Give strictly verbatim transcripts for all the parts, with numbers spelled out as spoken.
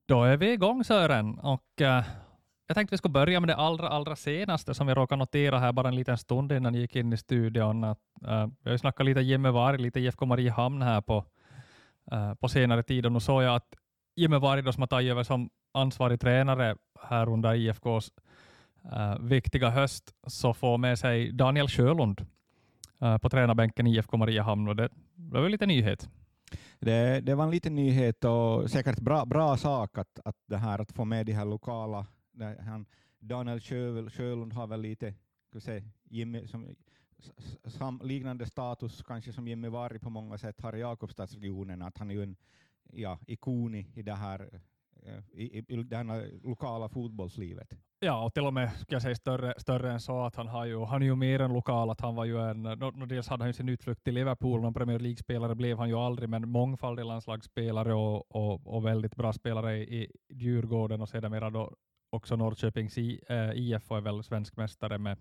Då är vi igång, Sören, och uh, jag tänkte vi ska börja med det allra, allra senaste som vi råkar notera här bara en liten stund innan jag gick in i studion. Att, uh, vi har snackat lite Gävleborg, lite I F K Mariehamn här på, uh, på senare tid, och nu såg jag att Gävleborg då som har tagit över som ansvarig tränare här under I F K:s uh, viktiga höst, så får med sig Daniel Sjölund uh, på tränarbänken i I F K Mariehamn, och det, det var lite nyhet. Det, det var en liten nyhet och säkert bra, bra sak att, att, det här, att få med de här lokala. Han, Daniel Sjö, Sjölund har väl lite säga, Jimmy, som, sam, liknande status kanske som Jimmy Varg på många sätt har i Jakobstadsregionen, att han är ju en ja, ikon i det här, i, i, i det här lokala fotbollslivet. Ja, och till och med ska jag säga större, större än så, att han har ju, han är ju mer än lokal, att han var ju en, no, no, dels hade han ju sin utflykt till Liverpool, någon Premier League-spelare blev han ju aldrig, men mångfaldig landslagsspelare och, och, och väldigt bra spelare i, i Djurgården, och sedermera då också Norrköpings I, äh, I F är väl svensk mästare med,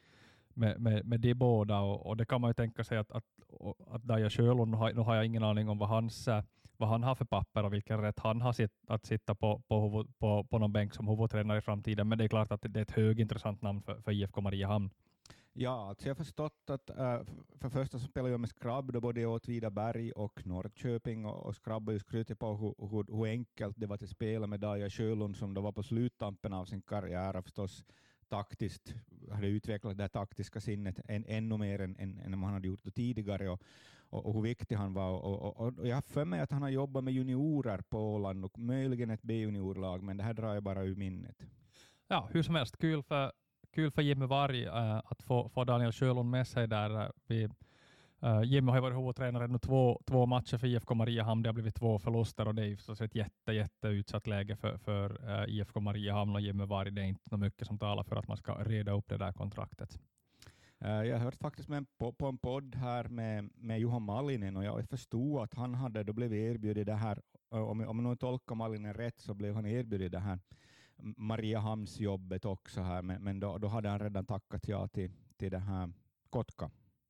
med, med, med de båda, och, och det kan man ju tänka sig att, att, att Daja Sjölund, nu har, nu har jag ingen aning om vad hans vad han har för papper och vilken rätt han har sitt, att sitta på, på, huvud, på, på någon bänk som huvudtränare i framtiden. Men det är klart att det är ett högintressant namn för, för I F K Mariehamn. Ja, alltså jag har förstått att uh, för första så spelar jag med Skrabb då både i Åtvidaberg och Norrköping, och, och Skrabb har ju skrutit på hur, hur, hur enkelt det var att spela med Daja Sjölund som då var på sluttampen av sin karriär, och förstås taktiskt hade utvecklat det taktiska sinnet en, ännu mer än, än, än man hade gjort det tidigare, och, och, och hur viktig han var. Och, och, och jag har för mig att han har jobbat med juniorer på Åland och möjligen ett B-juniorlag, men det här drar jag bara ur minnet. Ja, hur som helst, kul för, kul för Jimmy Varg äh, att få, få Daniel Sjölund med sig där. Äh, vi, äh, Jimmy har varit huvudtränare nu två, två matcher för I F K Mariehamn. Det har blivit två förluster, och det är ju så ett jätte, jätte utsatt läge för, för äh, I F K Mariehamn och Jimmy Varg. Det är inte något mycket som talar för att man ska reda upp det där kontraktet. Uh, jag har hört faktiskt med en, på, på en podd här med, med Juha Malinen, och jag förstod att han hade då blivit erbjudit det här, om, om jag nu tolkar Malinen rätt så blev han erbjudit det här Mariehamns jobbet också här, men, men då, då hade han redan tackat ja till, till det här Kotka.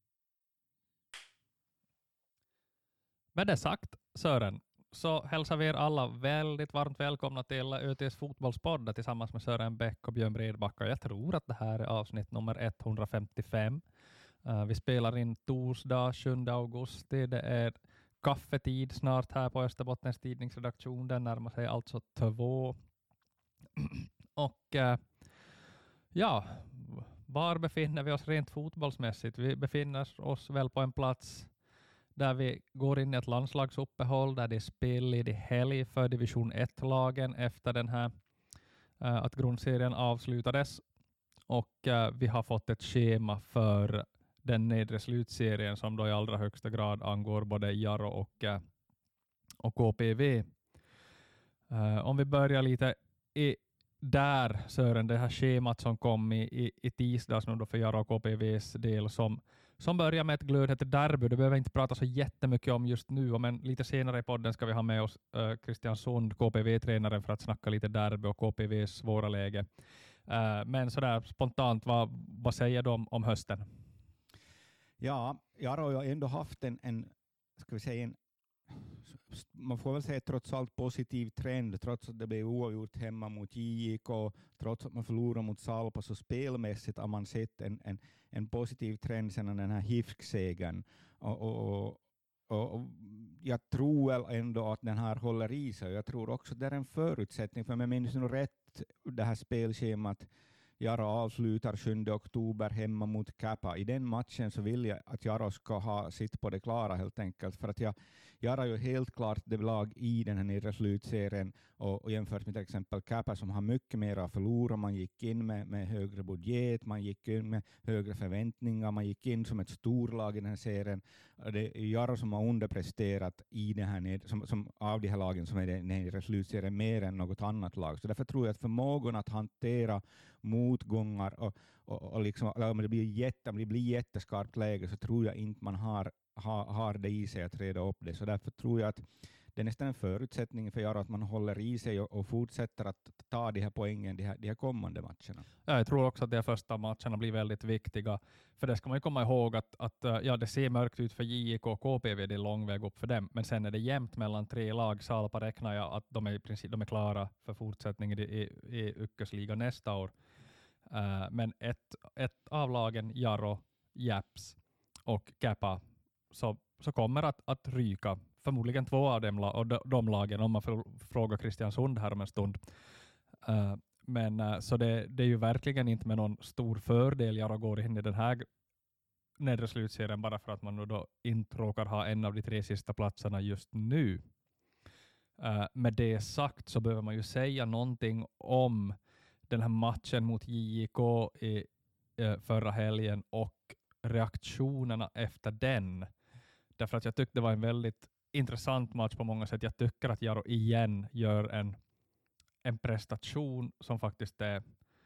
Med det sagt, Sören, så hälsar vi er alla väldigt varmt välkomna till ÖTS fotbollspodd tillsammans med Sören Bäck och Björn Bredbacka. Jag tror att det här är avsnitt nummer etthundrafemtiofem. Uh, vi spelar in torsdag sjunde augusti. Det är kaffetid snart här på Österbottens tidningsredaktion. Den närmar sig alltså två. Och uh, ja, var befinner vi oss rent fotbollsmässigt? Vi befinner oss väl på en plats där vi går in i ett landslagsuppehåll, där det är spelledig helg för division ett-lagen efter den här uh, att grundserien avslutades, och uh, vi har fått ett schema för den nedre slutserien som då i allra högsta grad angår både Jaro och, uh, och K P V. Uh, om vi börjar lite i där, Sören, det här schemat som kom i, i, i tisdags nu då för Jaro och K P Vs del, som, som börjar med ett glödhett derby. Det behöver vi inte prata så jättemycket om just nu, men lite senare i podden ska vi ha med oss uh, Christian Sund, K P V-tränaren, för att snacka lite derby och K P Vs svåra läge. Uh, men sådär spontant, vad, vad säger du om, om hösten? Ja, Jaro har ju ändå haft en, en ska vi säga en man får väl säga trots allt positiv trend, trots att det blev oavgjort hemma mot J I K, trots att man förlorar mot Salpa, så spelmässigt har man sett en, en, en positiv trend sedan den här H I F K-segern. Och, och, och, och jag tror väl ändå att den här håller i sig. Jag tror också att det är en förutsättning, för jag minns nog rätt det här spelschemat. Jaro avslutar sjunde oktober hemma mot Kappa. I den matchen så vill jag att Jaro ska ha sitt på det klara helt enkelt. För att jag, Jaro är ju helt klart det lag i den här nedre slutserien, och, och jämfört med till exempel Kappa som har mycket mer att förlora. Man gick in med, med högre budget, man gick in med högre förväntningar, man gick in som ett storlag i den här serien. Det är Jaro som har underpresterat i den här ned, som, som av de här lagen som är den nedre slutserien mer än något annat lag. Så därför tror jag att förmågan att hantera motgångar och, och, och liksom, om det blir jätte, om det blir jätteskarpt läge, så tror jag inte man har, har, har det i sig att reda upp det. Så därför tror jag att det är nästan en förutsättning för Jaro att man håller i sig och, och fortsätter att ta de här poängen de här, de här kommande matcherna. Ja, jag tror också att de första matcherna blir väldigt viktiga. För det ska man ju komma ihåg att, att ja, det ser mörkt ut för J I K och K P V, det är lång väg upp för dem. Men sen är det jämnt mellan tre lag. Salpa räknar jag att de är i princip de är klara för fortsättningen i, i, i Ykkösliga nästa år. Uh, men ett, ett av lagen, Jaro, Japs och Käpa, så, så kommer att, att ryka. Förmodligen två av dem och de, de lagen, om man får fråga Kristiansund här om en stund. Uh, men uh, så det, det är ju verkligen inte med någon stor fördel Jaro går in i den här nedre slutserien bara för att man nu då inte råkar ha en av de tre sista platserna just nu. Uh, med det sagt så behöver man ju säga någonting om den här matchen mot J I K i uh, förra helgen och reaktionerna efter den. Därför att jag tyckte det var en väldigt intressant match på många sätt. Jag tycker att Jaro igen gör en, en prestation som faktiskt är,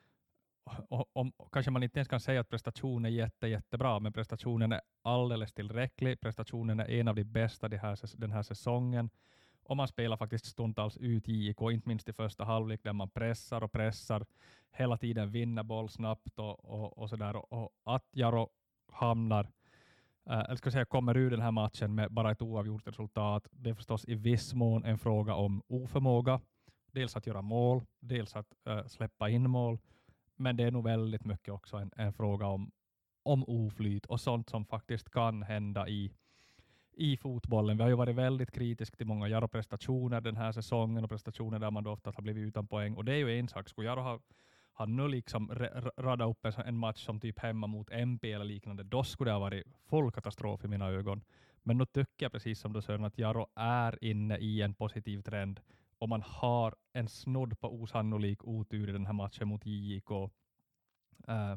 om, om, kanske man inte ens kan säga att prestationen är jätte, jättebra, men prestationen är alldeles tillräcklig. Prestationen är en av de bästa de här, den här säsongen. Och man spelar faktiskt stundtals ut J I K, inte minst i första halvlek där man pressar och pressar, hela tiden vinner boll snabbt och, och, och sådär. Och, och att Jaro hamnar Uh, eller ska säga, kommer ur den här matchen med bara ett oavgjort resultat. Det är förstås i viss mån en fråga om oförmåga. Dels att göra mål, dels att uh, släppa in mål. Men det är nog väldigt mycket också en, en fråga om, om oflyt och sånt som faktiskt kan hända i, i fotbollen. Vi har ju varit väldigt kritiska till många Jaro-prestationer den här säsongen och prestationer där man då ofta har blivit utan poäng. Och det är ju en sak. Skulle Jaro ha han nu liksom rada upp en, en match som typ hemma mot M P eller liknande, då skulle det ha varit full katastrof i mina ögon. Men nu tycker jag precis som du säger att Jaro är inne i en positiv trend och man har en snudd på osannolik otur i den här matchen mot J I K. Uh,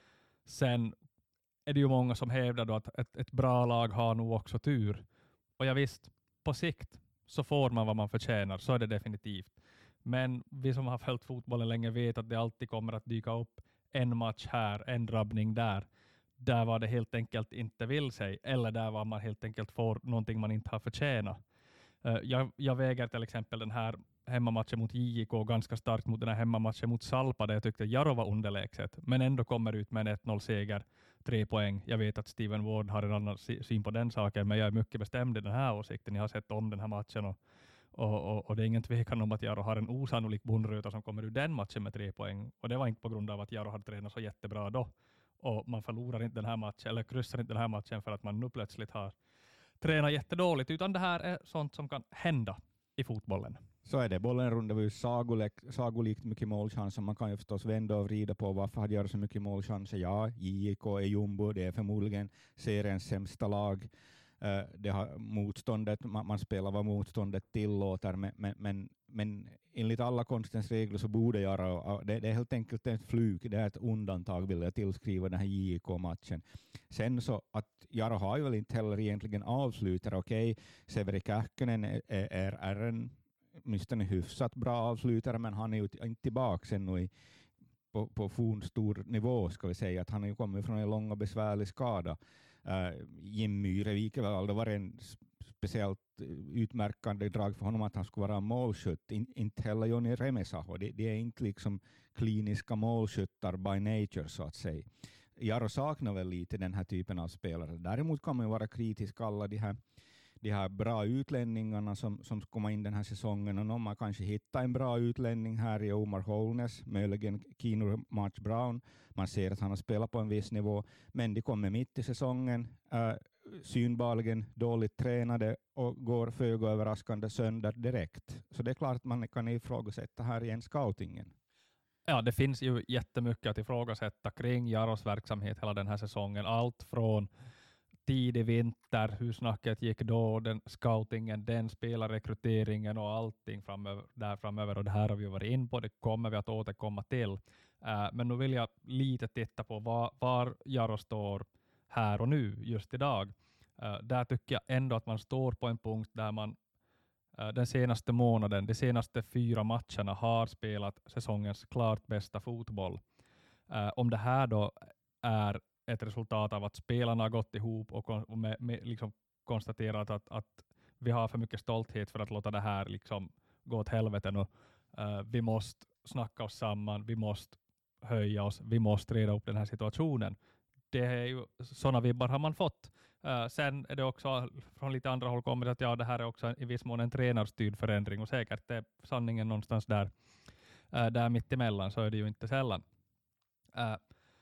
sen är det ju många som hävdar då att ett, ett bra lag har nog också tur. Och jag visst, på sikt så får man vad man förtjänar, så är det definitivt. Men vi som har följt fotbollen länge vet att det alltid kommer att dyka upp en match här, en drabbning där. Där var det helt enkelt inte vill sig. Eller där var man helt enkelt får någonting man inte har förtjänat. Uh, jag, jag väger till exempel den här hemmamatchen mot J I K ganska starkt mot den här hemmamatchen mot Salpa där jag tyckte Jaro var underlägset. Men ändå kommer ut med en ett noll-seger, tre poäng. Jag vet att Steven Ward har en annan syn på den saken, men jag är mycket bestämd i den här åsikten. Jag har sett om den här matchen och Och, och, och det är ingen tvekan om att Jaro har en osannolik bondröta som kommer ur den matchen med tre poäng. Och det var inte på grund av att Jaro hade tränat så jättebra då. Och man förlorar inte den här matchen, eller kryssar inte den här matchen för att man nu plötsligt har tränat jättedåligt. Utan det här är sånt som kan hända i fotbollen. Så är det. Bollen rundar vi sagolikt mycket målchanser. Man kan ju förstås vända och vrida på varför hade Jaro så mycket målchanser. Ja, J I K är jumbo. Det är förmodligen seriens sämsta lag. Uh, det har motståndet, man, man spelar vad motståndet tillåter, men, men, men, men enligt alla konstens regler så borde Jaro, det, det är helt enkelt en fluk, det är ett undantag vill jag tillskriva den här J I K-matchen. Sen så att Jaro har ju väl inte heller egentligen avslutare, okej, okay. Severi Kähkönen är, är, är en åtminstone hyfsat bra avslutare, men han är ju inte tillbaka ännu i på, på fornstor nivå ska vi säga, att han har ju kommit från en lång och besvärlig skada. Uh, Jim Myrevik har aldrig varit en speciellt utmärkande drag för honom att han skulle vara målskytt. In, inte heller Joni Remesaho. Det, det är inte liksom kliniska målskyttar by nature så att säga. Jaro saknar väl lite den här typen av spelare. Däremot kan man vara kritisk alla de här, de här bra utlänningarna som, som kommer in den här säsongen. Och någon har kanske hittat en bra utlänning här i Omar Holness, möjligen Kino March Brown. Man ser att han har spelat på en viss nivå, men de kommer mitt i säsongen, äh, synbarligen dåligt tränade och går föga överraskande sönder direkt. Så det är klart att man kan ifrågasätta här igen scoutingen. Ja, det finns ju jättemycket att ifrågasätta kring Jaros verksamhet hela den här säsongen. Allt från tidig vinter, hur snacket gick då, den scoutingen, den spelarrekryteringen och allting framöver, där framöver. Och det här har vi varit in på, det kommer vi att återkomma till. Uh, men nu vill jag lite titta på var, var Jaro står här och nu, just idag. Uh, där tycker jag ändå att man står på en punkt där man uh, den senaste månaden, de senaste fyra matcherna har spelat säsongens klart bästa fotboll. Uh, om det här då är ett resultat av att spelarna har gått ihop och, kon- och med, med, liksom konstaterat att, att vi har för mycket stolthet för att låta det här liksom gå åt helvete nu. Uh, vi måste snacka oss samman, vi måste höja oss, vi måste reda upp den här situationen. Det är ju sådana vibbar har man fått. Uh, sen är det också från lite andra håll kommit att ja, det här är också i viss mån en tränarstyrd förändring och säkert är sanningen någonstans där, uh, där mitt emellan, så är det ju inte sällan. Uh,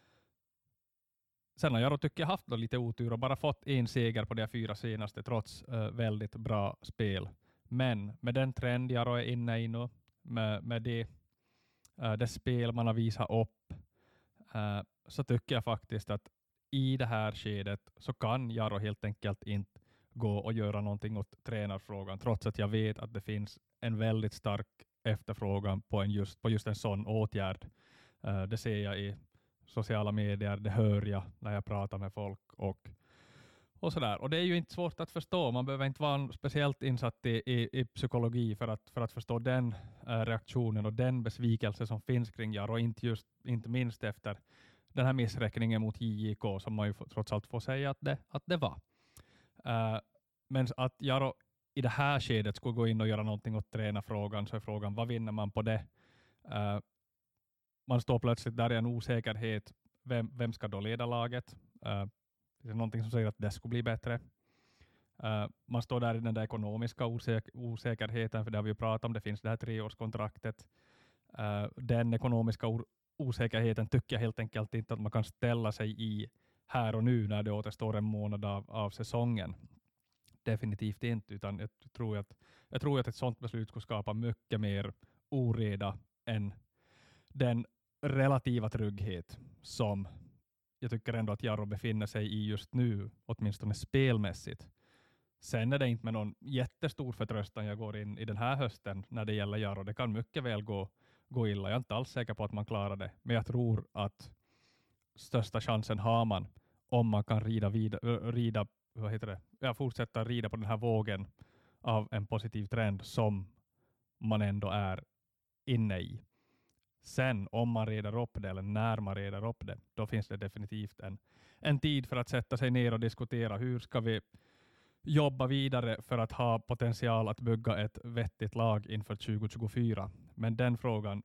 sen har jag tycker jag haft då lite otur och bara fått en seger på de fyra senaste trots uh, väldigt bra spel. Men med den trend jag är inne i nu, med, med det, uh, det spel man har visat upp, uh, så tycker jag faktiskt att i det här skedet så kan Jaro helt enkelt inte gå och göra någonting åt tränarfrågan, trots att jag vet att det finns en väldigt stark efterfrågan på, en just, på just en sån åtgärd. Uh, det ser jag i sociala medier, det hör jag när jag pratar med folk och, och sådär. Och det är ju inte svårt att förstå. Man behöver inte vara speciellt insatt i, i, i psykologi för att, för att förstå den uh, reaktionen och den besvikelse som finns kring Jaro, inte, just, inte minst efter den här missräkningen mot J J K som man ju trots allt får säga att det, att det var. Uh, men att Jaro i det här skedet skulle gå in och göra någonting åt tränarfrågan, så är frågan vad vinner man på det? Uh, man står plötsligt där i en osäkerhet. Vem, vem ska då leda laget? Uh, det är någonting som säger att det skulle bli bättre. Uh, man står där i den där ekonomiska osäk- osäkerheten, för det har vi ju pratat om. Det finns det här treårskontraktet. Uh, den ekonomiska or- osäkerheten tycker jag helt enkelt inte att man kan ställa sig i här och nu när det återstår en månad av, av säsongen. Definitivt inte, utan jag tror att, jag tror att ett sådant beslut skulle skapa mycket mer oreda än den relativa trygghet som jag tycker ändå att Jaro befinner sig i just nu, åtminstone spelmässigt. Sen är det inte med någon jättestor förtröstan jag går in i den här hösten när det gäller Jaro. Det kan mycket väl gå, gå illa. Jag är inte alls säker på att man klarar det, men jag tror att största chansen har man om man kan rida, vid, rida vad heter det? Ja, fortsätta rida på den här vågen av en positiv trend som man ändå är inne i. Sen om man reder upp det eller när man reder upp det, då finns det definitivt en, en tid för att sätta sig ner och diskutera hur ska vi jobba vidare för att ha potential att bygga ett vettigt lag inför tjugo tjugofyra. Men den frågan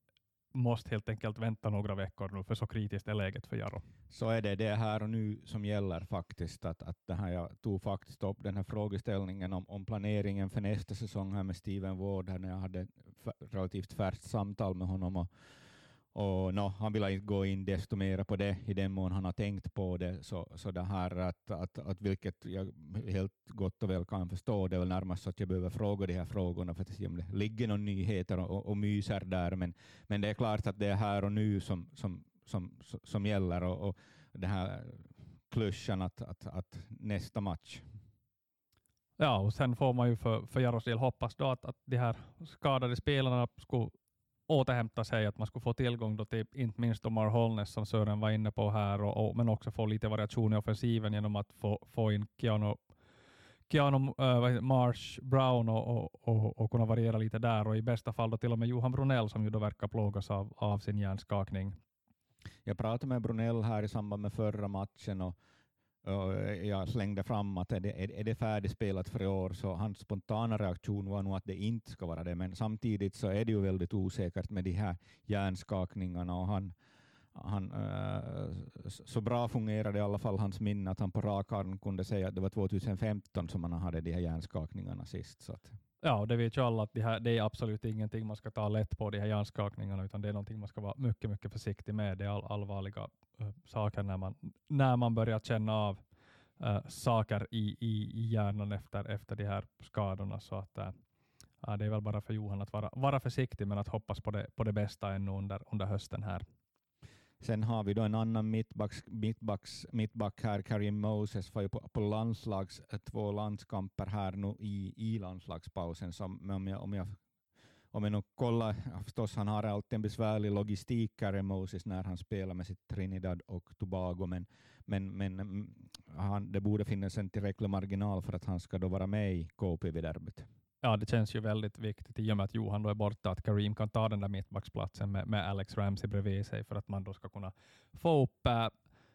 måste helt enkelt vänta några veckor nu, för så kritiskt är läget för Jaro. Så är det, det är här och nu som gäller faktiskt. Att, att det här, jag tog faktiskt upp den här frågeställningen om, om planeringen för nästa säsong här med Steven Ward här när jag hade f- relativt färskt samtal med honom. Och, och no, han vill inte gå in desto mer på det i den mån han har tänkt på det. Så, så det här att, att, att vilket jag helt gott och väl kan förstå, det är väl närmast så att jag behöver fråga de här frågorna för att se om det ligger några nyheter och, och, och myser där. Men, men det är klart att det är här och nu som, som, som, som gäller och, och det här klyschan att, att, att nästa match. Ja, och sen får man ju för, för Jaros del hoppas då att, att de här skadade spelarna skulle återhämta sig, att man skulle få tillgång då till inte minst Omar Holness som Sören var inne på här, och, och, men också få lite variation i offensiven genom att få, få in Keanu, Keanu uh, Marsh Brown och, och, och, och kunna variera lite där, och i bästa fall då till och med Johan Brunell som ju då verkar plågas av, av sin hjärnskakning. Jag pratade med Brunell här i samband med förra matchen och och jag slängde fram att är det, är det färdigspelat för i år, så hans spontana reaktion var nog att det inte ska vara det, men samtidigt så är det ju väldigt osäkert med de här hjärnskakningarna, och han, han äh, så bra fungerade i alla fall hans minne att han på rak arm kunde säga att det var tjugohundrafemton som han hade de här hjärnskakningarna sist. Så att. Ja, det vet ju alla att det, här, det är absolut ingenting man ska ta lätt på, de här hjärnskakningarna, utan det är någonting man ska vara mycket, mycket försiktig med. Det är all, allvarliga uh, saker när man, när man börjar känna av uh, saker i, i, i hjärnan efter, efter de här skadorna. Så att, uh, uh, det är väl bara för Johan att vara, vara försiktig, men att hoppas på det, på det bästa ännu under, under hösten här. Sen har vi då en annan mittbacks, mittbacks, mittback här, Karim Moses, var ju på, på landslags, två landskamper här nu i, i landslagspausen. Som, om jag, om jag, om jag nog kollar, förstås han har alltid en besvärlig logistik, Karim Moses, när han spelar med sitt Trinidad och Tobago, men, men, men han, det borde finnas en tillräcklig marginal för att han ska då vara med i K P V-derbyt. Ja, det känns ju väldigt viktigt i och med att Johan då är borta, att Karim kan ta den där mittbacksplatsen med, med Alex Ramsey bredvid sig, för att man då ska kunna få upp äh,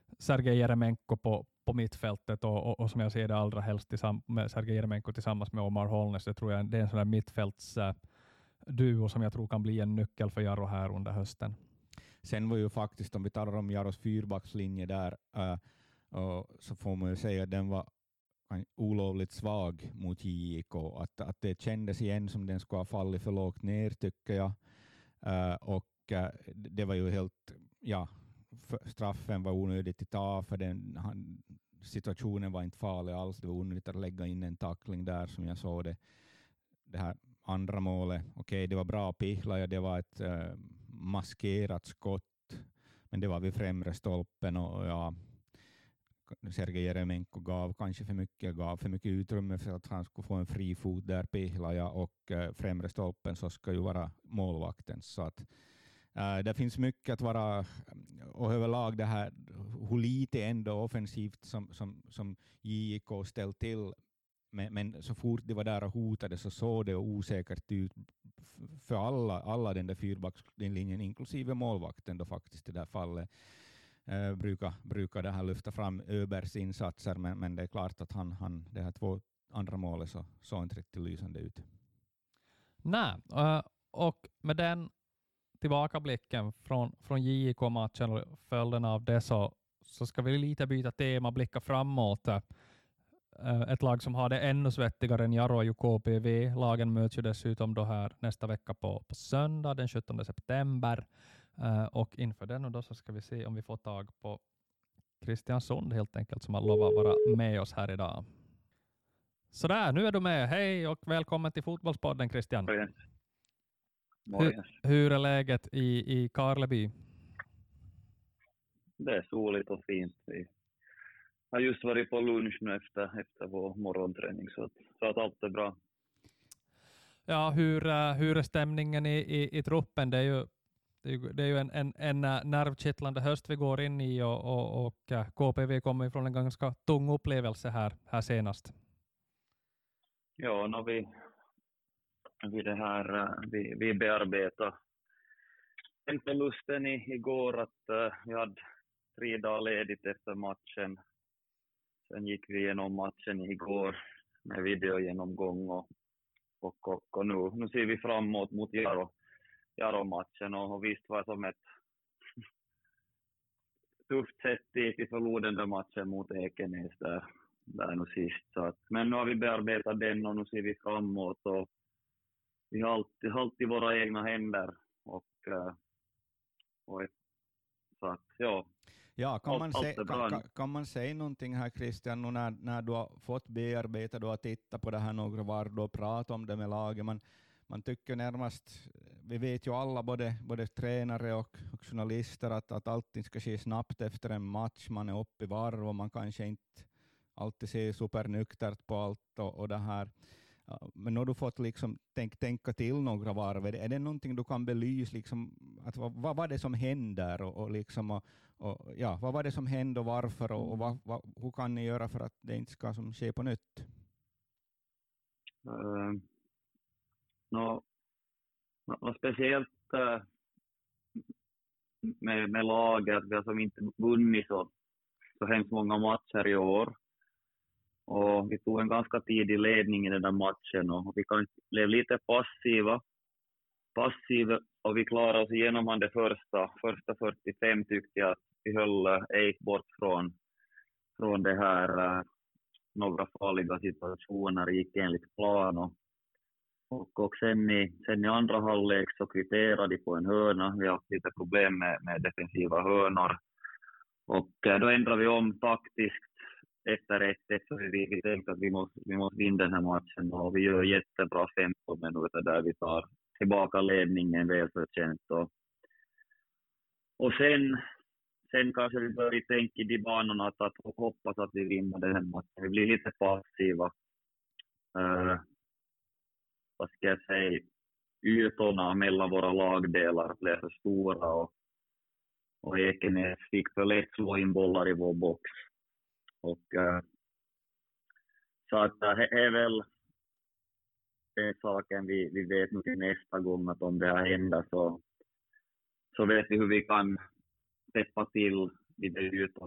Sergej Jeremenko på, på mittfältet och, och, och som jag ser det allra helst tillsamm- med Sergej Jeremenko tillsammans med Omar Holness. Det tror jag det är en sån där mittfälts uh, duo som jag tror kan bli en nyckel för Jaro här under hösten. Sen var ju faktiskt, om vi talar om Jaros fyrbackslinje där, uh, uh, så får man ju säga att den var olovligt svag mot J I K. Att, att det kändes igen som den skulle ha fallit för lågt ner, tycker jag. Uh, och uh, det var ju helt, ja, straffen var onödigt att ta, för den, han, situationen var inte farlig alls. Det var onödigt att lägga in en tackling där, som jag såg det. Det här andra målet, okej, okay, det var bra pihla, ja, det var ett uh, maskerat skott, men det var vid främre stolpen, och ja, Sergej Jeremenko gav kanske för mycket, gav för mycket utrymme för att han skulle få en fri fot där, pihla, ja, och uh, främre stolpen så ska ju vara målvaktens, så att uh, det finns mycket att vara, och överlag det här hur lite ändå offensivt som, som, som J I K ställt till. Men, men så fort det var där och hotade så såg det osäkert ut för alla, alla den där fyrbackslinjen, inklusive målvakten då faktiskt i det där fallet. Eh, brukar, brukar det här lyfta fram Öbergs insatser, men, men det är klart att han, han, det här två andra målet så såg inte riktigt lysande ut. Nej, uh, och med den tillbakablicken från, från J I K-matchen och följden av det så, så ska vi lite byta tema, blicka framåt. Uh, ett lag som har det ännu svettigare än Jaro är ju K P V. Lagen möts ju dessutom då här nästa vecka på, på söndag den sjuttonde september. Uh, och inför den och då så ska vi se om vi får tag på Christian Sund helt enkelt, som har lovat vara med oss här idag. Sådär, nu är du med. Hej och välkommen till Fotbollspodden, Christian. Morgen. Hur, hur är läget i, i Karleby? Det är soligt och fint. Vi har just varit på lunch nu efter, efter vår morgonträning, så att, så att allt är bra. Ja, hur, uh, hur är stämningen i, i, i truppen? Det är ju, det är ju, det är ju en, en, en nervkittlande höst vi går in i, och, och, och uh, K P V kommer ifrån en ganska tung upplevelse här, här senast. Ja, när vi, vi, det här, uh, vi, vi bearbetar den förlusten i, igår, att uh, vi hade tre dagar ledigt efter matchen. Sen gick vi igenom matchen igår med videogenomgång och, och, och, och nu, nu ser vi framåt mot Jaro, Jaro-matchen, och, och visst var det som ett tufft sätt i, i förlorande matchen mot Ekenäs där, där nu sist. Så att, men nu har vi bearbetat den och nu ser vi framåt, och vi har alltid, alltid våra egna händer, och, och så att ja. Ja, kan, allt, man allt se, kan, kan, kan man säga någonting här, Christian, nu när, när du har fått bearbeta, du har tittat på det här några var, du har pratat om det med laget, man, man tycker närmast, vi vet ju alla, både, både tränare och, och journalister, att, att allting ska ske snabbt efter en match, man är uppe i varv och man kanske inte alltid ser supernyktert på allt och, och det här. Men när du fått liksom tänk, tänka till några varv, är det, är det någonting du kan belysa, liksom, att vad, vad var det som händer, och, och, liksom, och, och ja, vad var det som hände och varför, och, och vad, vad, hur kan ni göra för att det inte ska som ske på nytt? Uh, no, no, speciellt uh, med, med laget, vi har som inte vunnit så, så hemskt många matcher i år. Och vi tog en ganska tidig ledning i den där matchen, och vi kan, blev lite passiva. Passiva och vi klarade oss igenom det första, första fyrtiofem, tyckte jag, att vi höll Eik bort från, från det här, äh, några farliga situationer, gick enligt plan. Och, och, och sen, i, sen i andra halvlek så kvitterade de på en hörna. Vi har haft lite problem med, med defensiva hörnor. Och äh, då ändrade vi om taktiskt. Efter ett ett så vi, vi tänkte att vi måste, vi måste vinna den här matchen, och vi gör jättebra femton minuter där vi tar tillbaka ledningen välförtjänt. Och, och sen, sen kanske vi börjar tänka i de banorna att, att hoppas att vi vinner den här matchen. Vi blir lite passiva. Uh, vad ska jag säga? Ytorna mellan våra lagdelar blev för stora, och, och Ekenäs fick för lätt slå in bollar i vår box. Och, uh, så att det är väl den saken vi, vi vet nu till nästa gång, att om det här händer så, så vet vi hur vi kan täppa till i de ytorna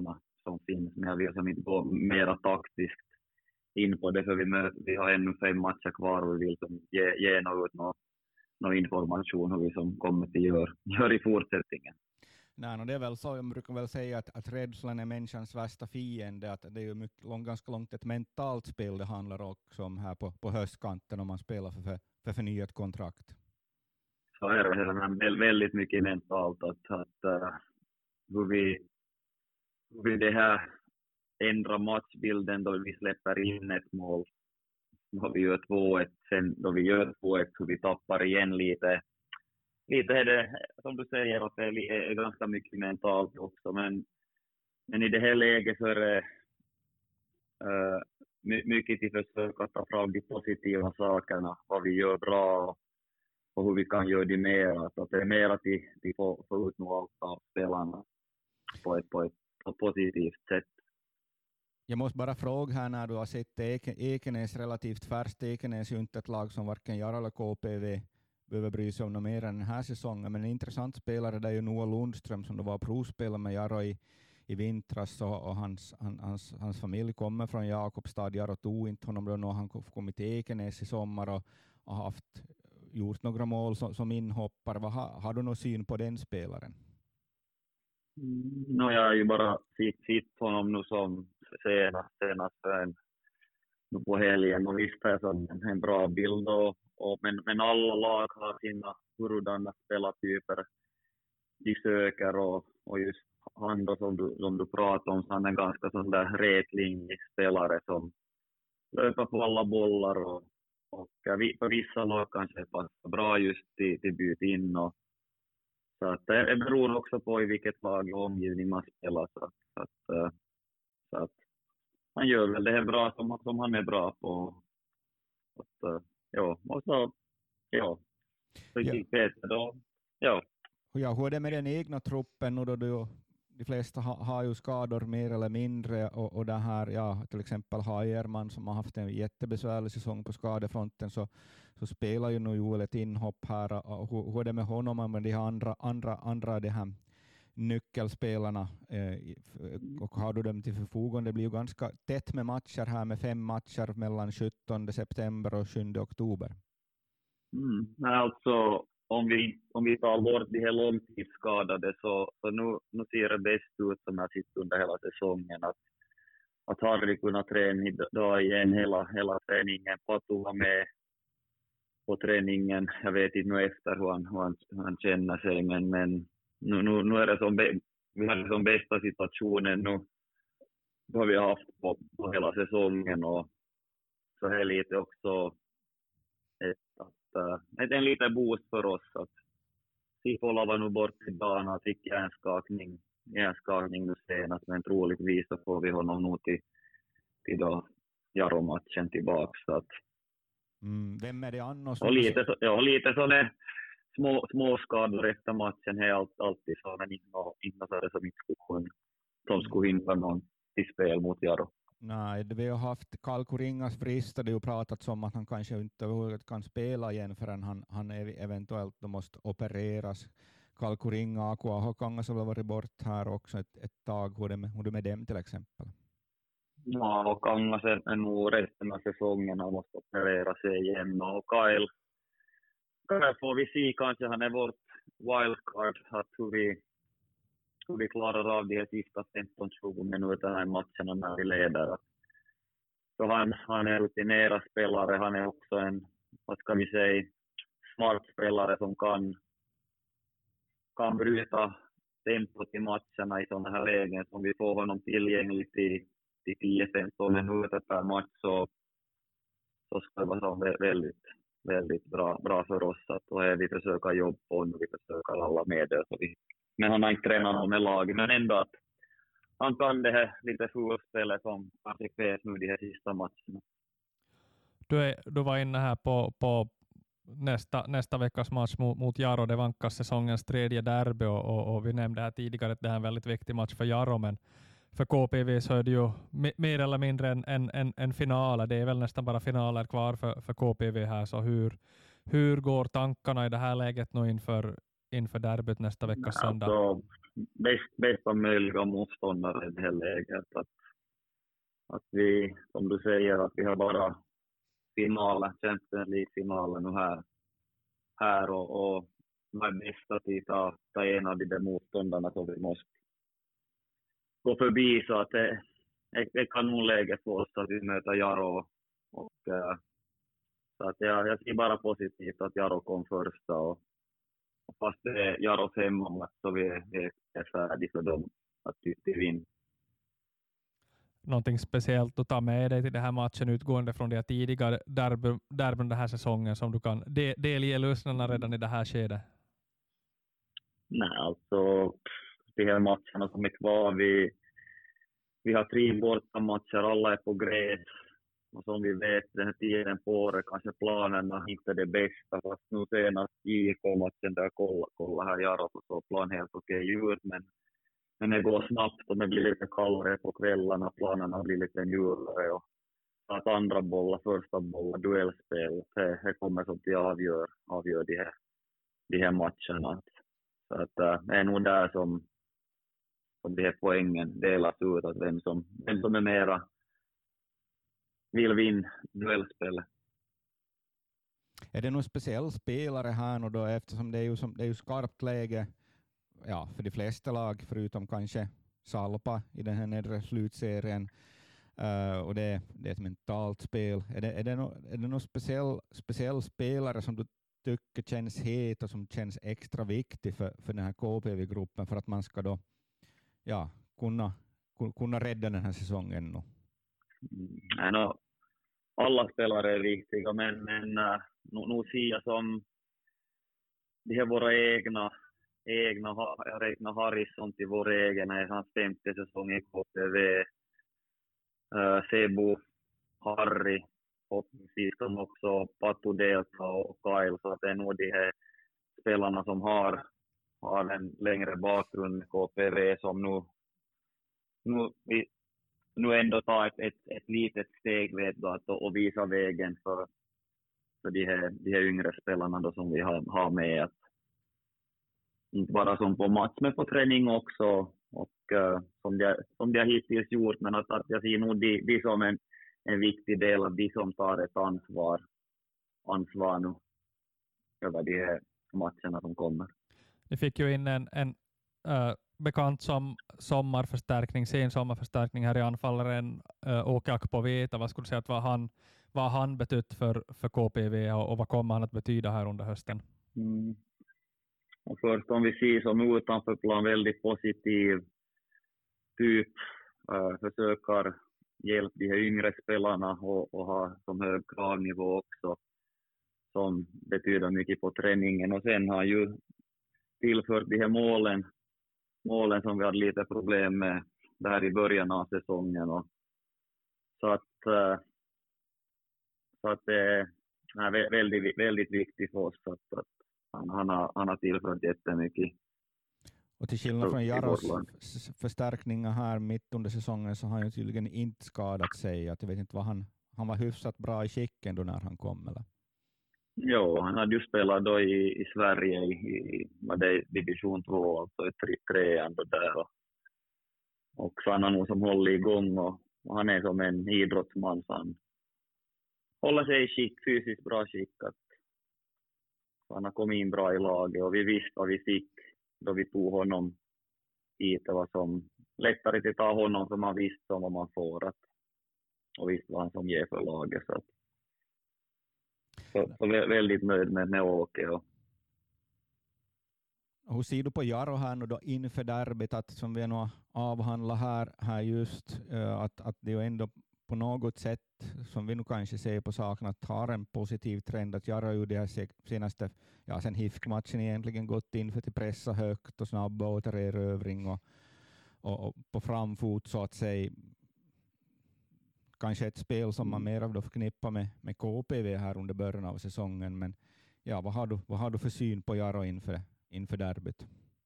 som finns, men jag vill som inte gå mera taktiskt in på det, för vi, möter, vi har ännu fem matcher kvar och vi vill som ge, ge något, något, någon information hur vi som kommer att göra gör i fortsättningen. Nej, no, det är väl så, jag brukar väl säga att, att rädslan är människans värsta fiende, att det är ju mycket, lång, ganska långt ett mentalt spel det handlar också om här på, på höstkanten om man spelar för, för, för förnyat kontrakt. Så är det, men väldigt mycket mentalt att, att uh, hur, vi, hur vi det här ändrar matchbilden då vi släpper in ett mål, då vi gör två ett, sen då vi gör två ett så vi tappar igen lite. Lite är det, som du säger, att det är, är ganska mycket mentalt också, men, men i det här läget så är det uh, mycket till försök att ta fram de positiva sakerna, vad vi gör bra och hur vi kan göra det mer, att, att det är mer att de, de får, får ut något av spelarna på ett, på ett på positivt sätt. Jag måste bara fråga här när du har sett Ekenäs relativt färskt. Ekenäs är ju inte ett lag som varken Jaro eller K P V behöver bry sig om något mer än den här säsongen, men en intressant spelare där är ju Noah Lundström som då var provspelare med Jaro i, i vintras, och, och hans, han, hans, hans familj kommer från Jakobstad. Jaro tog inte honom då när han kommit till Ekenäs i sommar och, och haft, gjort några mål som, som inhoppare. Vad, har, har du någon syn på den spelaren? Mm, no, jag har ju bara sett, sett honom nu som senast, senast en, nu på helgen, och visst är det en, en bra bild, och, och, men, men alla lag har sina hurdana spelartyper de söker, och, och just han då som du, som du pratar om, så han är en ganska sån där rätlinjig spelare som löper på alla bollar, och, och på vissa lag kanske passar bra just till, till byt in, och så att det beror också på i vilket lag och omgivning man spelar, så att, så att, så att han gör väl det här bra som, som han är bra på. Så att, ja, och så, ja, så ja. gick det då, ja. Ja, hur är det med den egna truppen? Och då du, de flesta ha, har ju skador mer eller mindre, och, och det här, ja, till exempel Hajerman som har haft en jättebesvärlig säsong på skadefronten, så, så spelar ju nu Joel ett inhopp här. Och hur, hur är det med honom och med de andra, andra, andra de här nyckelspelarna, eh, och har du dem till förfogande? Det blir ju ganska tätt med matcher här, med fem matcher mellan sjuttonde september och sjunde oktober. Mm, men alltså om vi, om vi tar bort de här långtidsskadade, så, så nu, nu ser det bäst ut som jag sitter under hela säsongen, att, att Harry kunnat träna idag igen hela, hela träningen. Patu var med på träningen, jag vet inte nu efter hur han, hur han, hur han känner sig, men, men nu, nu, nu är det som, vi har det som bästa situationen nu vad vi har haft på, på hela säsongen, och så är lite också ett, att, ett, en liten boost för oss att Sipola var nu bort i dagen och fick hjärnskakning, hjärnskakning nu senast, men troligtvis så får vi honom nog till, till då Jaro-matchen tillbaka. Så att, mm, vem är det annars? Och lite, så, ja, lite sådana små, små skador efter matchen är allt, alltid så, men inte, inte så är det som inte skulle, som skulle hindra någon till spel mot Jaro. Nej, vi har haft Kalkuringas vrista, det har ju pratats om att han kanske inte kan spela igen förrän han, han eventuellt då måste opereras. Kalkuringa, Akua Hokangas har varit bort här också ett, ett tag. Hur är det med, hur är det med dem till exempel? Ja, Hokangas är nog resten av säsongen, han måste operera sig igen. Och Kyle, Kyle får vi se, kanske han är vårt wildcard, att hur vi hur vi klarar av de sista femton tjugo minuterna i matchen när vi leder. Så han, han är rutinerad spelare, han är också en, vad ska vi säga, smart spelare som kan, kan bryta tempot i matcherna i sådana här lägen. Om vi får honom tillgänglig till, till tio femton minuter per match, så, så ska det vara väldigt, väldigt bra, bra för oss. Att då är vi försöker jobba på och vi försöker alla medel. Så vi, men han har inte tränat med laget, men ändå att han kan det här lite fullspelet som kanske krävs nu de här sista matcherna. Du, är, du var inne här på, på nästa, nästa veckas match mot, mot Jaro. Det vankas säsongens tredje derby, och, och, och vi nämnde här tidigare att det är en väldigt viktig match för Jaro, men för K P V så är det ju mer eller mindre en, en, en, en final. Det är väl nästan bara finaler kvar för, för K P V här, så hur, hur går tankarna i det här läget nu inför inför derbyt nästa vecka söndag? Alltså, bäst, bästa möjliga motståndare i det här läget. Att, att vi, som du säger, att vi har bara finalen, Champions League-finalen nu här, här och, och vad är bästa tid att ta en av de där motståndarna som vi måste gå förbi, så att det är kanonläge för oss att vi möter Jaro. Och, uh, så att jag, jag ser bara positivt att Jaro kom första, och, och fast det är Jaros hemmamatch så vi är, vi är färdiga för dem att tycka vinna. Någonting speciellt att ta med dig till den här matchen utgående från de tidigare derbyn derby den här säsongen som du kan de, delge lyssnarna redan i det här skedet? Nej, alltså de här matcherna som är kvar, vi, vi har tre borta matcher, alla är på gräs. Och som vi vet, den här tiden på året kanske planerna inte är det bästa. Fast nu senast J K-matchen där jag kollade, kollade här i Jaro så såg plan helt okej ut. Men, men det går snabbt och det blir lite kallare på kvällarna. Planerna blir lite mjukare. Och att andra bollar, första bollar, duellspel. Det, det kommer som till avgör, avgör de, här, de här matcherna. Så att äh, det är nog där som, som de här poängen delas ut. Att vem, som, vem som är mera vill vinna duellspelet. Är det någon speciell spelare här nu då, eftersom det är ju, som, det är ju skarpt läge, ja, för de flesta lag förutom kanske Salpa i den här nedre slutserien, uh, och det, det är ett mentalt spel. Är det, är det, no, är det någon speciell, speciell spelare som du tycker känns het och som känns extra viktig för, för den här K P V-gruppen för att man ska då ja, kunna, kunna rädda den här säsongen nu? Mm, no, alla spelare är viktiga, men, men uh, nu, nu ser jag som de här våra egna, egna jag räknar Harrison till vår egen, är hans femte säsong i K P V. Uh, Sebo, Harry, förhoppningsvis som också Patu Delta och Kyle, så att det är nog de här spelarna som har, har en längre bakgrund i K P V som nu, nu vi, nu ändå ta ett, ett, ett litet steg vet du, att, och visa vägen för, för de, här, de här yngre spelarna då, som vi har, har med. Att, inte bara som på match, men på träning också. Och uh, som, de, som de har hittills gjort. Men att, att jag ser nog de, de som en, en viktig del av de som tar ett ansvar, ansvar nu över de här matcherna som kommer. Ni fick ju in en, en uh, bekant som sommarförstärkning, sen sommarförstärkning här i anfallaren uh, Åke Akpovita. Vad skulle du säga att vad han, vad han betytt för, för K P V och, och vad kommer han att betyda här under hösten? Mm. Och först om vi ser som utanför plan väldigt positiv typ, uh, försöker hjälpa de här yngre spelarna och, och ha som hög kravnivå också, som betyder mycket på träningen. Och sen har ju tillfört de här målen målen som vi hade lite problem med där i början av säsongen. Och så att, uh, så att det är väldigt, väldigt viktigt för oss att, att han, han, har, han har tillfört jättemycket. Och till skillnad från Jaros förstärkningar här mitt under säsongen så har han ju tydligen inte skadat sig. Att jag vet inte vad han, han var hyfsat bra i skicken då när han kom, eller? Jo, han hade ju spelat då i, i Sverige i, i vad det är, division två, alltså i tre, trean då där. Och, och så han har nog som håller igång och, och han är som en idrottsman så han håller sig i skick, fysiskt bra skick. Att, så han har kommit in bra i laget och vi visste vad vi fick då vi tog honom hit. Det var som lättare att ta honom som man visste om vad man får att, och visste vad han som ger för laget. Så, att, så, så väldigt nöjd med, med Åke. Och. Hur ser du på Jaro här nu då inför derbyt, att som vi nu avhandlar här, här just, uh, att, att det är ändå på något sätt, som vi nu kanske ser på saken, att har en positiv trend, att Jaro ju det här senaste, ja sen H I F K-matchen egentligen gått in för att pressa högt och snabba återerövring och, och, och på framfot så att säga. Kanske ett spel som man mer av då förknippar med, med K P V här under början av säsongen, men ja, vad har du, vad har du för syn på Jaro inför, inför derbyt?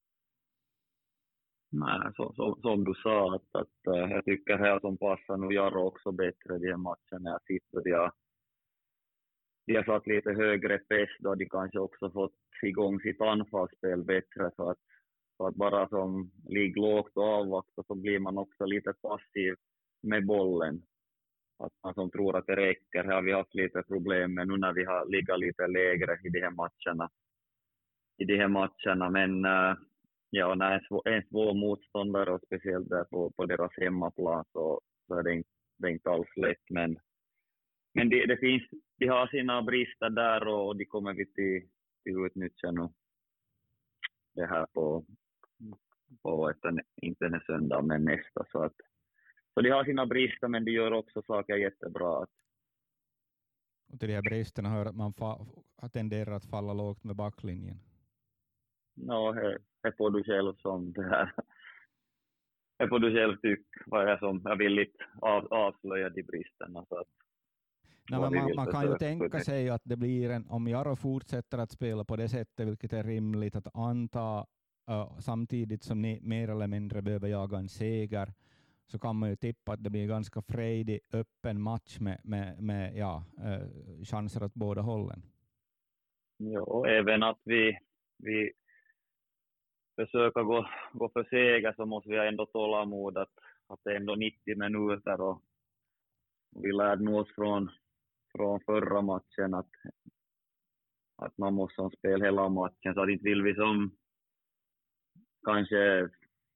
Nej, så, så, som du sa, att, att uh, jag tycker här som passar nu Jaro också bättre i den matchen när jag sitter. Jag, de har satt lite högre press då, de kanske också fått igång sitt anfallsspel bättre, så att, så att bara som ligger lågt och avvaktar så blir man också lite passiv med bollen. Att man som tror att det räcker, här har vi haft lite problem, men nu när vi har ligger lite lägre i de här matcherna, i de här matcherna, men äh, ja, när en svår, en svår motståndare och speciellt där på, på deras hemmaplan så, så är det inte, det är inte alls lätt, men Men det, det finns, de har sina brister där och de kommer vi till, till utnyttja nu det här på, på ett, inte en söndag men nästa. Så, att, så de har sina brister, men de gör också saker jättebra. Och till de här bristerna hör att man fa, tenderar att falla lågt med backlinjen. Ja, det, det får du själv som det här. Det får du själv tycka vad jag som jag vill inte av, avslöja de bristerna. Så att, Nej, men man, man kan ju tänka sig att det blir en, om Jaro fortsätter att spela på det sättet, vilket är rimligt att anta, uh, samtidigt som ni mer eller mindre behöver jaga en seger, så kan man ju tippa att det blir ganska frejdig, öppen match med, med, med ja, uh, chanser åt båda hållen. Ja, och även att vi, vi försöker gå, gå för seger, så måste vi ändå tålamod att, att det är ändå nittio minuter och, och vi lärde oss från från förra matchen att, att man måste spela hela matchen, så att inte vill vi som kanske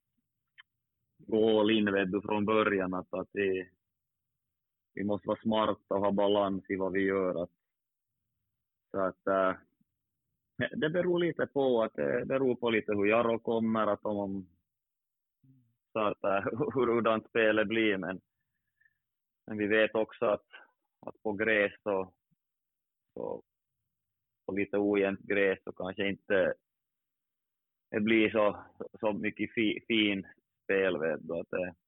gå all in vet du, från början, att, att vi, vi måste vara smarta och ha balans i vad vi gör. Att, så att äh, det beror lite på att det beror på lite hur Jaro kommer, att om så att äh, hur spelet blir, men, men vi vet också att att på gräs så, så på lite ojämnt gräs så kanske inte det blir så, så mycket fi, fin spel, vet du, att det,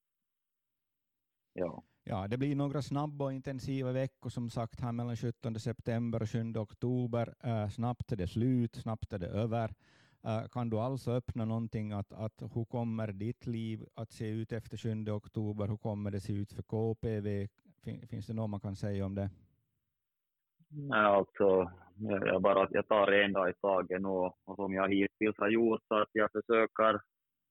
ja. Ja, det blir några snabba och intensiva veckor som sagt här mellan sjuttonde september och sjunde oktober. Uh, snabbt är det slut, snabbt är det över. Uh, kan du alltså öppna någonting att, att hur kommer ditt liv att se ut efter sjunde oktober? Hur kommer det se ut för K P V? Finns det något man kan säga om det? Nej, alltså, jag, bara, jag tar en dag i taget och, och som jag hittills har gjort, så att jag försöker,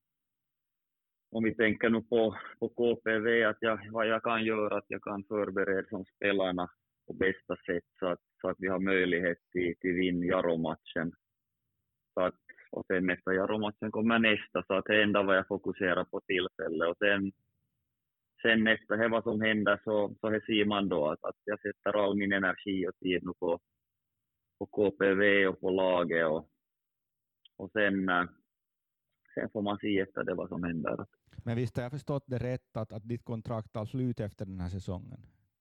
om vi tänker nu på, på K P V, att jag, vad jag kan göra, att jag kan förbereda som spelarna på bästa sätt, så att, så att vi har möjlighet till, till vinn Jaro-matchen. Så att, och sen efter Jaro-matchen kommer nästa, så att det enda vad jag fokuserar på tillfälle, och sen Sen efter det vad som händer så, så här ser man då att, att jag sätter all min energi och tid nu på, på K P V och på laget. Och, och sen, sen får man se efter det vad som händer. Men visst har jag förstått det rätt att, att ditt kontrakt tar slut efter den här säsongen?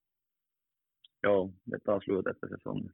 Ja, det tar slut efter säsongen.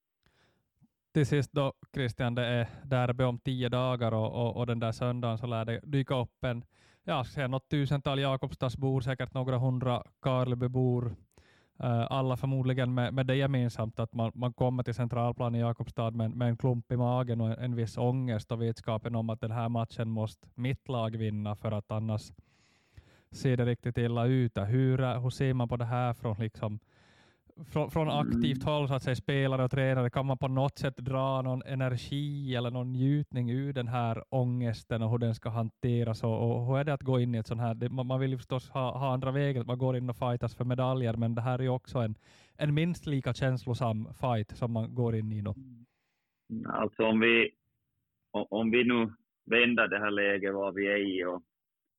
Till sist då, Christian, det är derby om tio dagar och, och, och den där söndagen så lär det dyka upp en, ja, säga något tusental Jakobstadsbor, säkert några hundra Karlebybor. Uh, alla förmodligen med, med det gemensamt att man, man kommer till centralplan i Jakobstad med, med en klump i magen och en, en viss ångest och vetskapen om att den här matchen måste mitt lag vinna för att annars ser det riktigt illa ut. Hur, hur ser man på det här från liksom Från, från aktivt håll, så att säga, spelare och tränare? Kan man på något sätt dra någon energi eller någon njutning ur den här ångesten och hur den ska hanteras? Och, och hur är det att gå in i ett sånt här? Det, man, man vill ju förstås ha, ha andra vägar, att man går in och fightas för medaljer, men det här är ju också en, en minst lika känslosam fight som man går in i nu. Alltså om vi, om vi nu vänder det här läget vad vi är i och,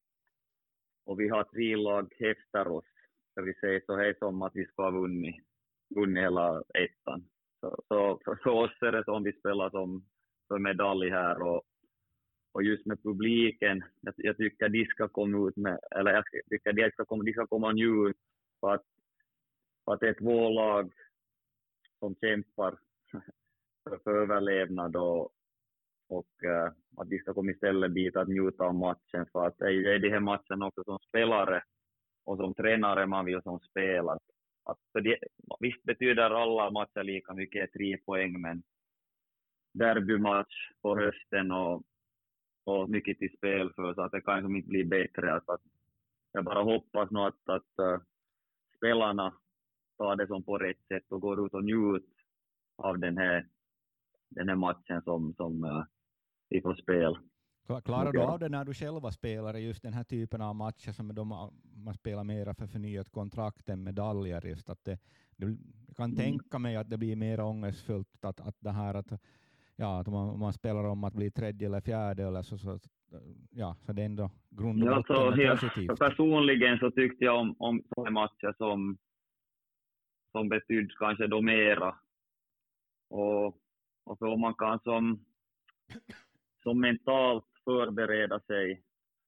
och vi har tre lag efter oss, ska vi säga så här som att vi ska ha vunnit, vunnit hela ettan. Så, så för, för oss är det som vi spelar som för medalj här, och, och just med publiken, jag, jag tycker de ska komma ut med, eller jag tycker de ska komma, de ska komma nu för att, för att det är två lag som kämpar för, för överlevnad och, och uh, att de ska komma istället dit att njuta av matchen, för att det är de här matchen också som spelare och som tränare man vill som spelar. Att för det, visst betyder alla matcher lika mycket, tre poäng, men derbymatch på hösten och, och mycket till spel för, så att det kan som inte bli bättre. Att, att jag bara hoppas nog att, att uh, spelarna tar det som på rätt sätt och går ut och njut av den här, den här matchen som, som uh, vi får spela. Klarar du av det när du själva spelar just den här typen av matcher som de, man spelar mera för förnyat kontrakt än medaljer? Just att det, det, jag kan mm. tänka mig att det blir mer ångestfullt att, att det här att, ja, att man, man spelar om att bli tredje eller fjärde eller så, så, ja, så det är ändå grund och botten ja, är positivt. Ja, personligen så tyckte jag om, om sådana matcher som, som betyder kanske då mera. Och, och så man kan som, som mentalt förbereda sig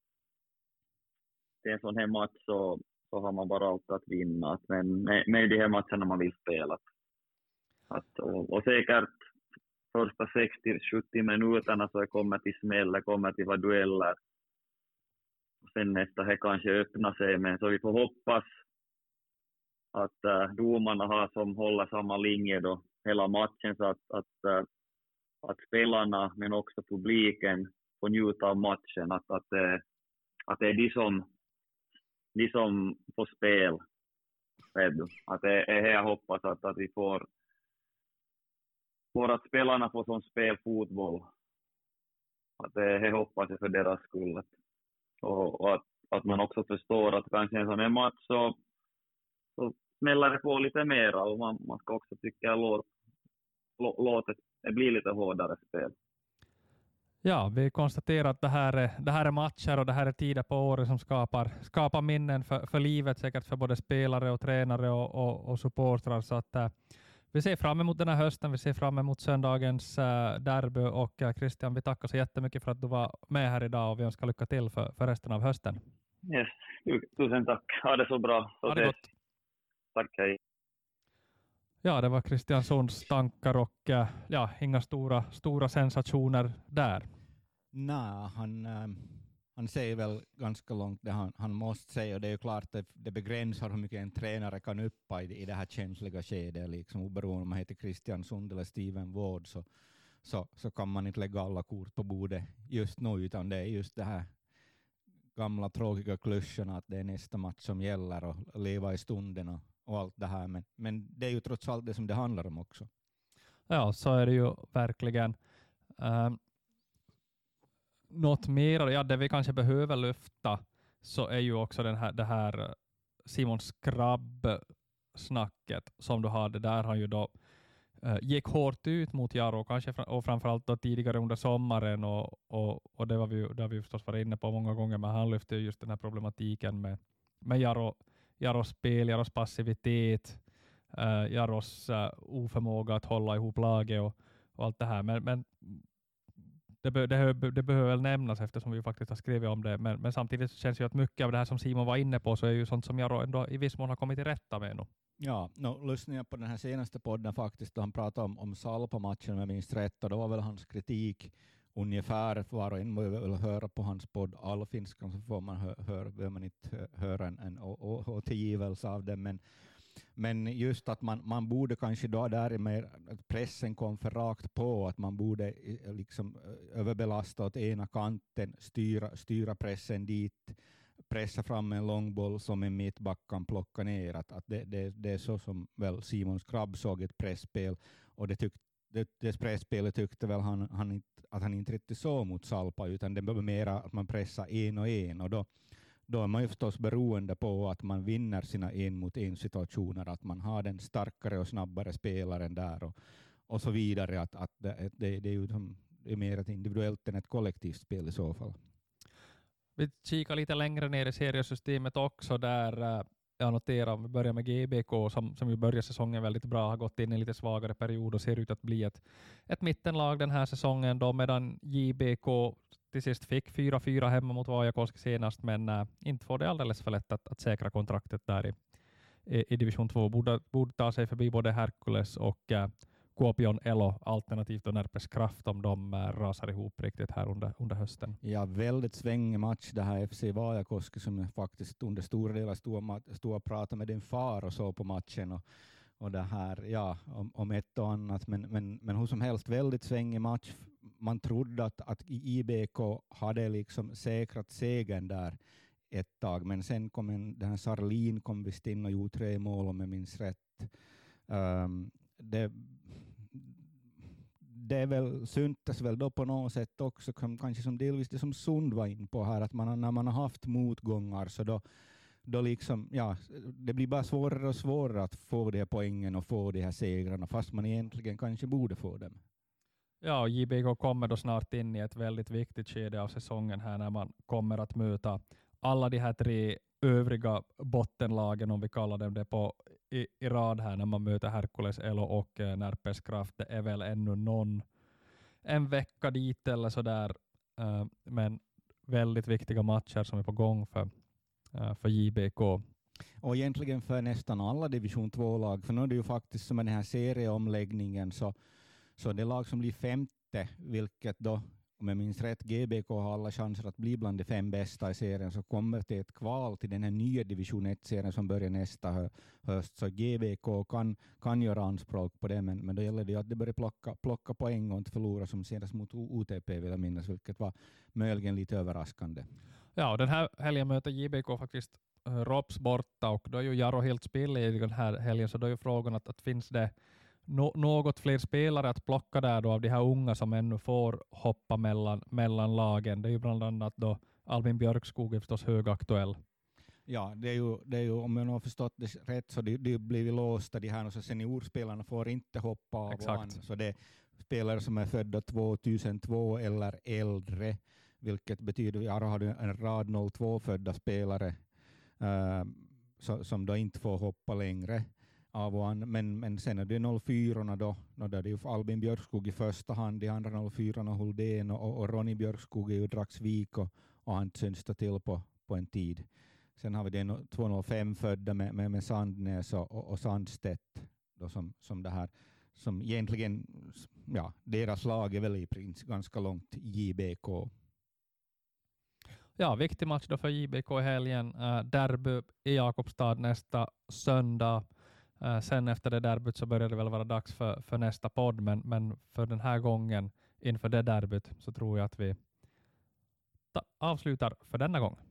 till en sån här match så, så har man bara allt att vinna. Men med, med de här matcherna man vill spela. Att, och, och säkert första sextio till sjuttio minuterna så kommer till smäll, kommer till vad dueller. Och sen nästa här kanske öppnar sig. Men så vi får hoppas att äh, domarna har som håller samma linje då hela matchen så att, att, äh, att spelarna men också publiken får njuta av matchen, att, att, att, att det är de som, de som får spel. Att det är här jag hoppas att, att vi får, får att spelarna får som spel fotboll. Att det är här hoppas jag för deras skull. Och, och att, att man också förstår att kanske en sån här match så, så smäller det på lite mera och man, man ska också tycka att låt, låt det bli lite hårdare spel. Ja, vi konstaterar att det här, är, det här är matcher och det här är tider på året som skapar, skapar minnen för, för livet, säkert för både spelare och tränare och, och, och supportrar. Så att, äh, vi ser fram emot den här hösten, vi ser fram emot söndagens äh, derby och äh, Christian, vi tackar så jättemycket för att du var med här idag och vi önskar lycka till för, för resten av hösten. Yes, tusen tack. Ha det så bra. Så ha det gott. Tack, hej. Ja, det var Christian Sunds tankar och äh, ja, inga stora, stora sensationer där. Nej, han, äh, han säger väl ganska långt det han, han måste säga, och det är ju klart att det begränsar hur mycket en tränare kan uppa i, i det här känsliga skedet. Liksom, oberoende om man heter Christian Sund eller Steven Ward så, så, så kan man inte lägga alla kort på bordet just nu, utan det är just det här gamla tråkiga klyschorna att det är nästa match som gäller och leva i stunden och, och allt det här. Men, men det är ju trots allt det som det handlar om också. Ja, så är det ju verkligen. Um, något mer, ja, det vi kanske behöver lyfta så är ju också den här, det här Simon Skrabb-snacket som du hade. Där han ju då uh, gick hårt ut mot Jaro, kanske fr- och framförallt då tidigare under sommaren och, och, och det, var vi, det har vi förstås varit inne på många gånger, men han lyfte just den här problematiken med, med Jaro, Jaros spel, Jaros passivitet, uh, Jaros uh, oförmåga att hålla ihop laget och, och allt det här. Men, men Det, be, det, det behöver väl nämnas eftersom vi faktiskt har skrivit om det, men, men samtidigt känns ju att mycket av det här som Simon var inne på så är ju sånt som jag ändå i viss mån har kommit till rätta med nu. Ja, no, lyssnade jag på den här senaste podden faktiskt då han pratade om, om Salpa-matchen med minst rätt, och då var väl hans kritik ungefär, var och en må väl höra på hans podd Allfinskan så får man hö, hör, behöver man inte höra en, en återgivelse av det, men Men just att man, man borde kanske då där med att pressen kom för rakt på, att man borde liksom överbelasta åt ena kanten, styra, styra pressen dit, pressa fram en långboll som en mittback kan plocka ner. Att, att det, det, det är så som väl Simon Skrabb såg ett pressspel, och det, tyck, det, det pressspelet tyckte väl han, han inte, att han inte riktigt så mot Salpa, utan det var mera att man pressar en och en, och då Då är man ju förstås beroende på att man vinner sina en mot en situationer, att man har den starkare och snabbare spelaren där och, och så vidare. Att, att det, det, det är ju som, det är mer ett individuellt än ett kollektivt spel i så fall. Vi kikar lite längre ner i seriesystemet också där jag noterar, om vi börjar med G B K som, som ju börjar säsongen väldigt bra, har gått in i en lite svagare period och ser ut att bli ett, ett mittenlag den här säsongen då, medan J B K till sist fick fyra fyra hemma mot Vajakoski senast, men äh, inte får det alldeles för lätt att, att säkra kontraktet där i, i, i division två. Borde, borde ta sig förbi både Herkules och äh, Kuopion Elo, alternativt och Närpes Kraft om de äh, rasar ihop riktigt här under, under hösten. Ja, väldigt svängig match det här F C Vajakoski som faktiskt under stora delar stod, stod och pratade med din far och så på matchen och, och det här, ja, om, om ett och annat, men, men, men hur som helst väldigt svängig match. Man trodde att, att I B K hade liksom säkrat segern där ett tag, men sen kom en, den här Sarlin kom visst in och gjorde tre mål om jag minns rätt. Um, det, det är väl syntes väl då på något sätt också, kanske som delvis det som Sund var in på här, att man, när man har haft motgångar så då, då liksom, ja, det blir bara svårare och svårare att få de här poängen och få de här segrarna, fast man egentligen kanske borde få dem. Ja, och J B K kommer då snart in i ett väldigt viktigt skede av säsongen här när man kommer att möta alla de här tre övriga bottenlagen, om vi kallar dem det, på i, i rad här när man möter Herkules, Elo och eh, Närpes Kraft. Det är väl ännu någon en vecka dit eller sådär, uh, men väldigt viktiga matcher som är på gång för, uh, för J B K. Och egentligen för nästan alla division två-lag, för nu är det ju faktiskt som med den här serieomläggningen så, så det lag som blir femte, vilket då, om jag minns rätt, G B K har alla chanser att bli bland de fem bästa i serien, så kommer det ett kval till den här nya division ett-serien som börjar nästa hö- höst. Så G B K kan, kan göra anspråk på det, men, men då gäller det att det börjar plocka, plocka poäng och inte förlora som senast mot O T P, vill jag minnas, vilket var möjligen lite överraskande. Ja, och den här helgen möter J B K faktiskt uh, Rops borta, och då är ju Jaro helt spill i den här helgen, så då är ju frågan att, att finns det No, något fler spelare att plocka där då av de här unga som ännu får hoppa mellan, mellan lagen. Det är ju bland annat då Albin Björkskog är förstås högaktuell. Ja, det är ju, det är ju, om jag har förstått det rätt, så det, det blir låsta de här, och så seniorspelarna får inte hoppa av. Exakt. Så det är spelare som är födda tvåtusentvå eller äldre, vilket betyder att jag har en rad noll två födda spelare uh, så, som då inte får hoppa längre. Av an, men, men sen är det noll fyra då, då där det är ju Albin Björkskog i första hand, de andra noll fyra Huldén och, och Ronny Björkskog är ju Dragsvik och, och han syns till på, på en tid. Sen har vi det två noll fem födda med, med, med Sandnäs och, och, och Sandstedt då som, som det här, som egentligen, ja, deras lag är väl i princip ganska långt J B K. Ja, viktig match då för J B K i helgen. Uh, derby i Jakobstad nästa söndag. Uh, sen efter det derbyt så börjar det väl vara dags för, för nästa podd, men, men för den här gången inför det derbyt så tror jag att vi ta- avslutar för denna gång.